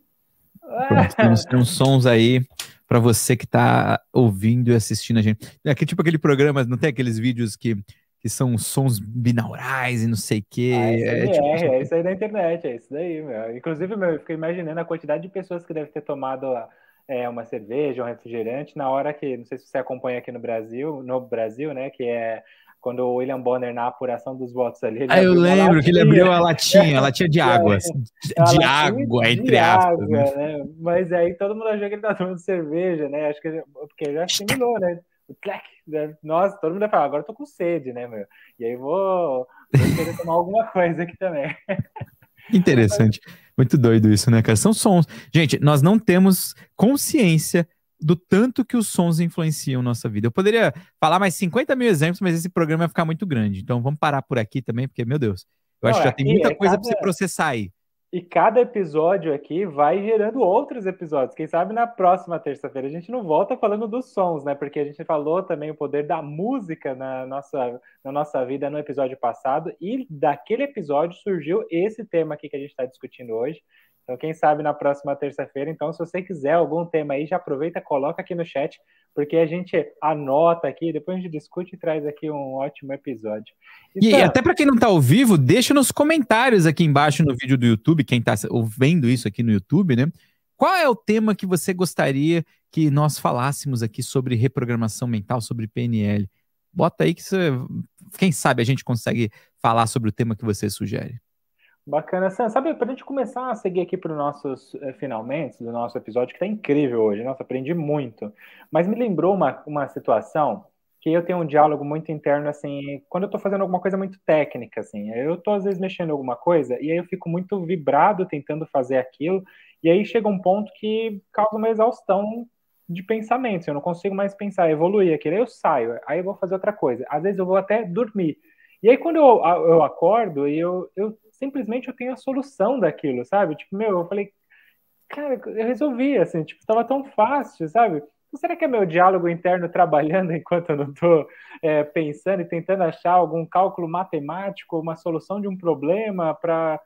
Pronto, tem uns sons aí para você que tá ouvindo e assistindo a gente. É que tipo aquele programa, não tem aqueles vídeos que são sons binaurais e não sei o quê. ASMR, é isso aí da internet, é isso daí, meu. Inclusive, meu, eu fiquei imaginando a quantidade de pessoas que devem ter tomado uma cerveja, um refrigerante, na hora que, não sei se você acompanha aqui no Brasil, né, que é quando o William Bonner, na apuração dos votos ali, ele eu abriu lembro que ele abriu a latinha de água. De latinha água, entre de aspas. Água, né? Mas aí todo mundo achou que ele tá tomando cerveja, né? Acho que porque já assimilou, né? O tlec, né? Nossa, todo mundo vai falar, agora eu tô com sede, né, meu? E aí vou querer tomar alguma coisa aqui também. Interessante. Muito doido isso, né, cara? São sons. Gente, nós não temos consciência do tanto que os sons influenciam nossa vida. Eu poderia falar mais 50 mil exemplos, mas esse programa vai ficar muito grande. Então vamos parar por aqui também, porque, meu Deus, eu acho que já tem muita coisa para você processar aí. E cada episódio aqui vai gerando outros episódios. Quem sabe na próxima terça-feira a gente não volta falando dos sons, né? Porque a gente falou também o poder da música na nossa vida no episódio passado. E daquele episódio surgiu esse tema aqui que a gente está discutindo hoje. Então, quem sabe na próxima terça-feira. Então, se você quiser algum tema aí, já aproveita, coloca aqui no chat, porque a gente anota aqui, depois a gente discute e traz aqui um ótimo episódio. E até para quem não está ao vivo, deixa nos comentários aqui embaixo no vídeo do YouTube, quem está ouvindo isso aqui no YouTube, né? Qual é o tema que você gostaria que nós falássemos aqui sobre reprogramação mental, sobre PNL? Bota aí que quem sabe a gente consegue falar sobre o tema que você sugere. Bacana, Sam. Sabe, para a gente começar a seguir aqui para os nossos finalmente do nosso episódio, que está incrível hoje. Nossa, aprendi muito. Mas me lembrou uma situação que eu tenho um diálogo muito interno, assim, quando eu estou fazendo alguma coisa muito técnica, assim. Eu estou, às vezes, mexendo em alguma coisa e aí eu fico muito vibrado tentando fazer aquilo. E aí chega um ponto que causa uma exaustão de pensamentos. Eu não consigo mais pensar, evoluir aquilo. Aí eu saio, aí eu vou fazer outra coisa. Às vezes eu vou até dormir. E aí quando eu acordo e eu simplesmente eu tenho a solução daquilo, sabe? Tipo, eu falei, cara, eu resolvi, assim, tipo, estava tão fácil, sabe? Então, será que é meu diálogo interno trabalhando enquanto eu não estou pensando e tentando achar algum cálculo matemático, uma solução de um problema para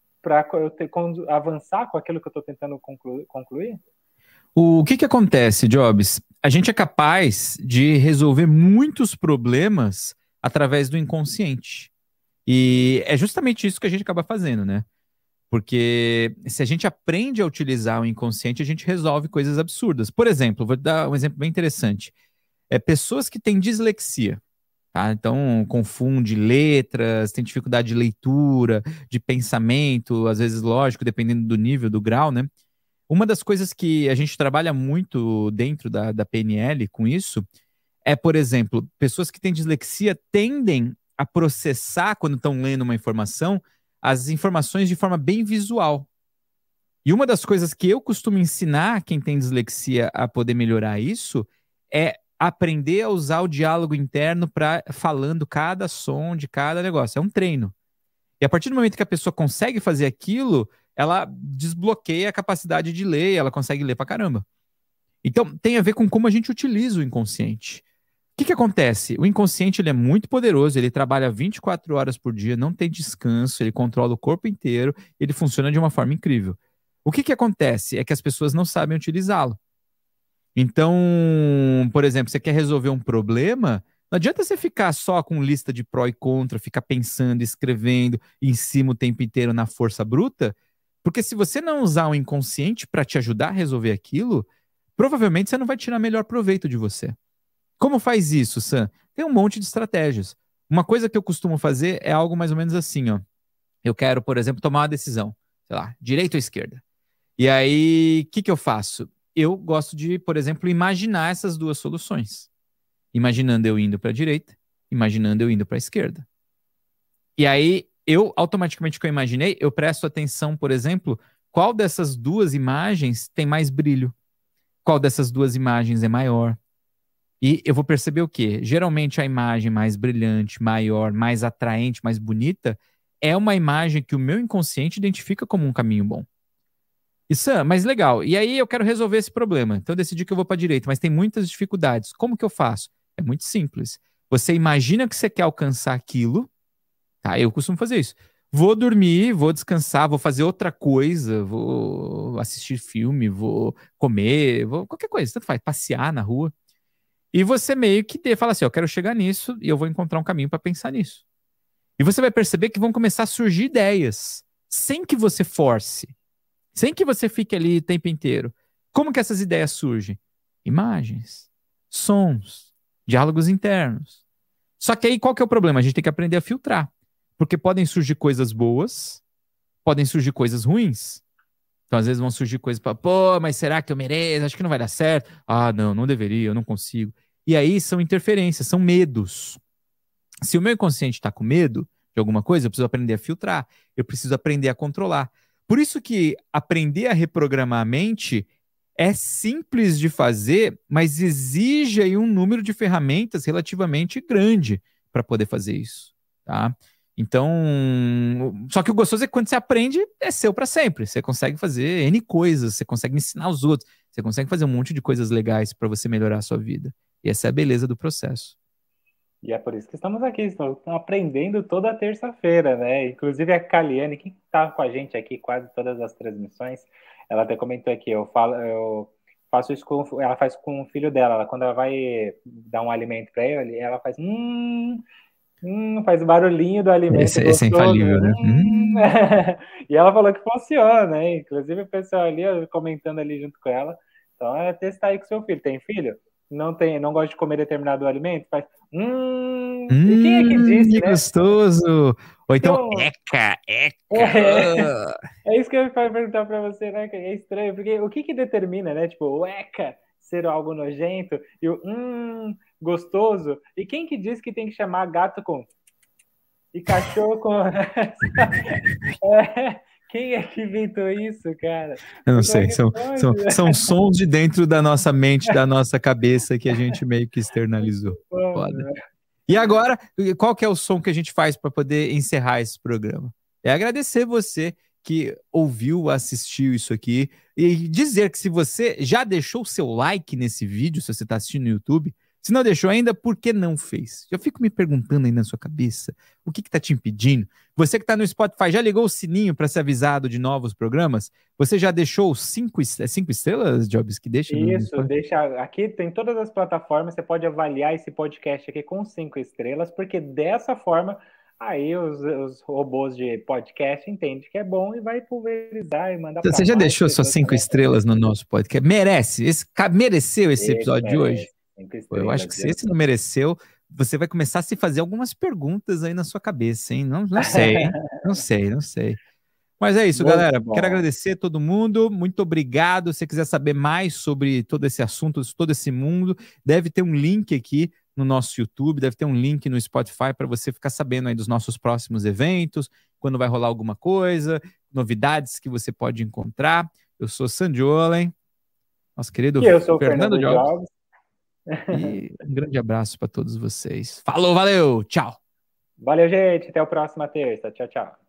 eu avançar com aquilo que eu estou tentando concluir? O que acontece, Jobs? A gente é capaz de resolver muitos problemas através do inconsciente. E é justamente isso que a gente acaba fazendo, né? Porque se a gente aprende a utilizar o inconsciente, a gente resolve coisas absurdas. Por exemplo, vou dar um exemplo bem interessante. Pessoas que têm dislexia, tá? Então, confunde letras, tem dificuldade de leitura, de pensamento, às vezes lógico, dependendo do nível, do grau, né? Uma das coisas que a gente trabalha muito dentro da PNL com isso é, por exemplo, pessoas que têm dislexia tendem a processar, quando estão lendo uma informação, as informações de forma bem visual. E uma das coisas que eu costumo ensinar quem tem dislexia a poder melhorar isso é aprender a usar o diálogo interno para falando cada som de cada negócio. É um treino. E a partir do momento que a pessoa consegue fazer aquilo, ela desbloqueia a capacidade de ler, ela consegue ler pra caramba. Então, tem a ver com como a gente utiliza o inconsciente. O que acontece? O inconsciente ele é muito poderoso, ele trabalha 24 horas por dia, não tem descanso, ele controla o corpo inteiro, ele funciona de uma forma incrível. O que acontece? É que as pessoas não sabem utilizá-lo. Então, por exemplo, você quer resolver um problema, não adianta você ficar só com lista de pró e contra, ficar pensando, escrevendo em cima o tempo inteiro na força bruta, Porque se você não usar o inconsciente para te ajudar a resolver aquilo, provavelmente você não vai tirar melhor proveito de você. Como faz isso, Sam? Tem um monte de estratégias. Uma coisa que eu costumo fazer é algo mais ou menos assim, ó. Eu quero, por exemplo, tomar uma decisão, sei lá, direita ou esquerda. E aí, o que que eu faço? Eu gosto de, por exemplo, imaginar essas duas soluções. Imaginando eu indo para a direita, imaginando eu indo para a esquerda. E aí, eu, automaticamente que eu imaginei, eu presto atenção, por exemplo, qual dessas duas imagens tem mais brilho? Qual dessas duas imagens é maior? E eu vou perceber o quê? Geralmente a imagem mais brilhante, maior, mais atraente, mais bonita, é uma imagem que o meu inconsciente identifica como um caminho bom. Isso, mas legal. E aí eu quero resolver esse problema. Então eu decidi que eu vou para a direita, mas tem muitas dificuldades. Como que eu faço? É muito simples. Você imagina que você quer alcançar aquilo, tá? Eu costumo fazer isso. Vou dormir, vou descansar, vou fazer outra coisa, vou assistir filme, vou comer, vou qualquer coisa, tanto faz, passear na rua. E você meio que fala assim, eu quero chegar nisso e eu vou encontrar um caminho para pensar nisso. E você vai perceber que vão começar a surgir ideias, sem que você force, sem que você fique ali o tempo inteiro. Como que essas ideias surgem? Imagens, sons, diálogos internos. Só que aí qual que é o problema? A gente tem que aprender a filtrar. Porque podem surgir coisas boas, podem surgir coisas ruins. Então, às vezes vão surgir coisas para, pô, mas será que eu mereço? Acho que não vai dar certo. Ah, não, não deveria, eu não consigo. E aí são interferências, são medos. Se o meu inconsciente está com medo de alguma coisa, eu preciso aprender a filtrar, eu preciso aprender a controlar. Por isso que aprender a reprogramar a mente é simples de fazer, mas exige aí um número de ferramentas relativamente grande para poder fazer isso, tá? Então, só que o gostoso é que quando você aprende, é seu para sempre. Você consegue fazer N coisas, você consegue ensinar os outros, você consegue fazer um monte de coisas legais para você melhorar a sua vida. E essa é a beleza do processo. E é por isso que estamos aqui, estamos aprendendo toda terça-feira, né? Inclusive a Kaliane, que está com a gente aqui quase todas as transmissões, ela até comentou aqui, eu faço isso ela faz com o filho dela, quando ela vai dar um alimento para ele, ela faz faz o barulhinho do alimento Esse é gostoso. infalível, né? E ela falou que funciona, né? Inclusive o pessoal ali comentando ali junto com ela. Então é testar aí com seu filho. Tem filho? Não gosta de comer determinado alimento? Faz. E quem é que disse, Que né? gostoso! Ou então, Então, eca, eca. é isso que eu ia perguntar para você, né? Que é estranho, porque o que determina, né? Tipo, o eca ser algo nojento e o gostoso. E quem que diz que tem que chamar gato com e cachorro com quem é que inventou isso, cara? Eu não sei, são sons de dentro da nossa mente, da nossa cabeça que a gente meio que externalizou. Foda. E agora, qual que é o som que a gente faz para poder encerrar esse programa? É agradecer você que ouviu, assistiu isso aqui e dizer que se você já deixou o seu like nesse vídeo, se você está assistindo no YouTube, se não deixou ainda, por que não fez? Eu fico me perguntando aí na sua cabeça, o que está te impedindo? Você que está no Spotify, já ligou o sininho para ser avisado de novos programas? Você já deixou 5 estrelas, Jobs, que deixa? Isso, deixa. Aqui tem todas as plataformas, você pode avaliar esse podcast aqui com 5 estrelas, porque dessa forma, aí os robôs de podcast entendem que é bom e vai pulverizar e mandar para Você já deixou suas 5 estrelas no nosso podcast? Mereceu esse episódio de hoje? Eu acho que se esse não mereceu, você vai começar a se fazer algumas perguntas aí na sua cabeça, hein? Não sei, hein? Não sei. Mas é isso, galera. Quero agradecer a todo mundo. Muito obrigado. Se você quiser saber mais sobre todo esse assunto, todo esse mundo, deve ter um link aqui no nosso YouTube, deve ter um link no Spotify para você ficar sabendo aí dos nossos próximos eventos, quando vai rolar alguma coisa, novidades que você pode encontrar. Eu sou Sandiolen, nosso querido e eu sou Fernando Jobs. E um grande abraço para todos vocês. Falou, valeu, tchau. Valeu, gente. Até a próxima terça. Tchau, tchau.